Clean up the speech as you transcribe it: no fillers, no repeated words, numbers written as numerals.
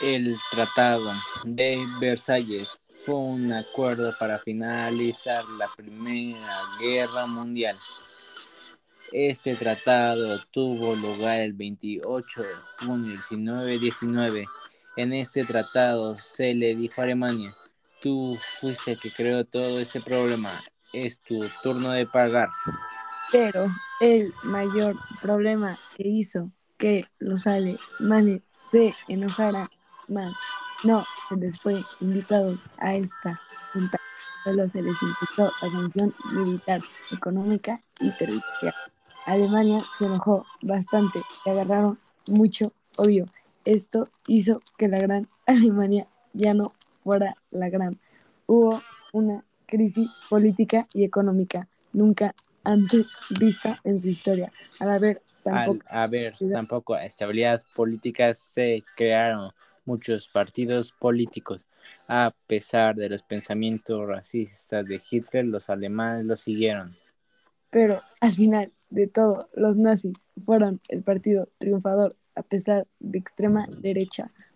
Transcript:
El Tratado de Versalles fue un acuerdo para finalizar la Primera Guerra Mundial. Este tratado tuvo lugar el 28 de junio de 1919. En este tratado se le dijo a Alemania: tú fuiste el que creó todo este problema, es tu turno de pagar. Pero el mayor problema que hizo que los alemanes se enojaran más no se les fue invitado a esta junta, solo se les impuso la sanción militar, económica y territorial. Alemania se enojó bastante y agarraron mucho odio. Esto hizo que la Gran Alemania ya no fuera la gran. Hubo una crisis política y económica nunca antes vista en su historia. Al haber tan Al poca haber ciudad, tampoco estabilidad política, se crearon muchos partidos políticos. A pesar de los pensamientos racistas de Hitler, los alemanes lo siguieron. pero al final de todo, los nazis fueron el partido triunfador a pesar de extrema derecha.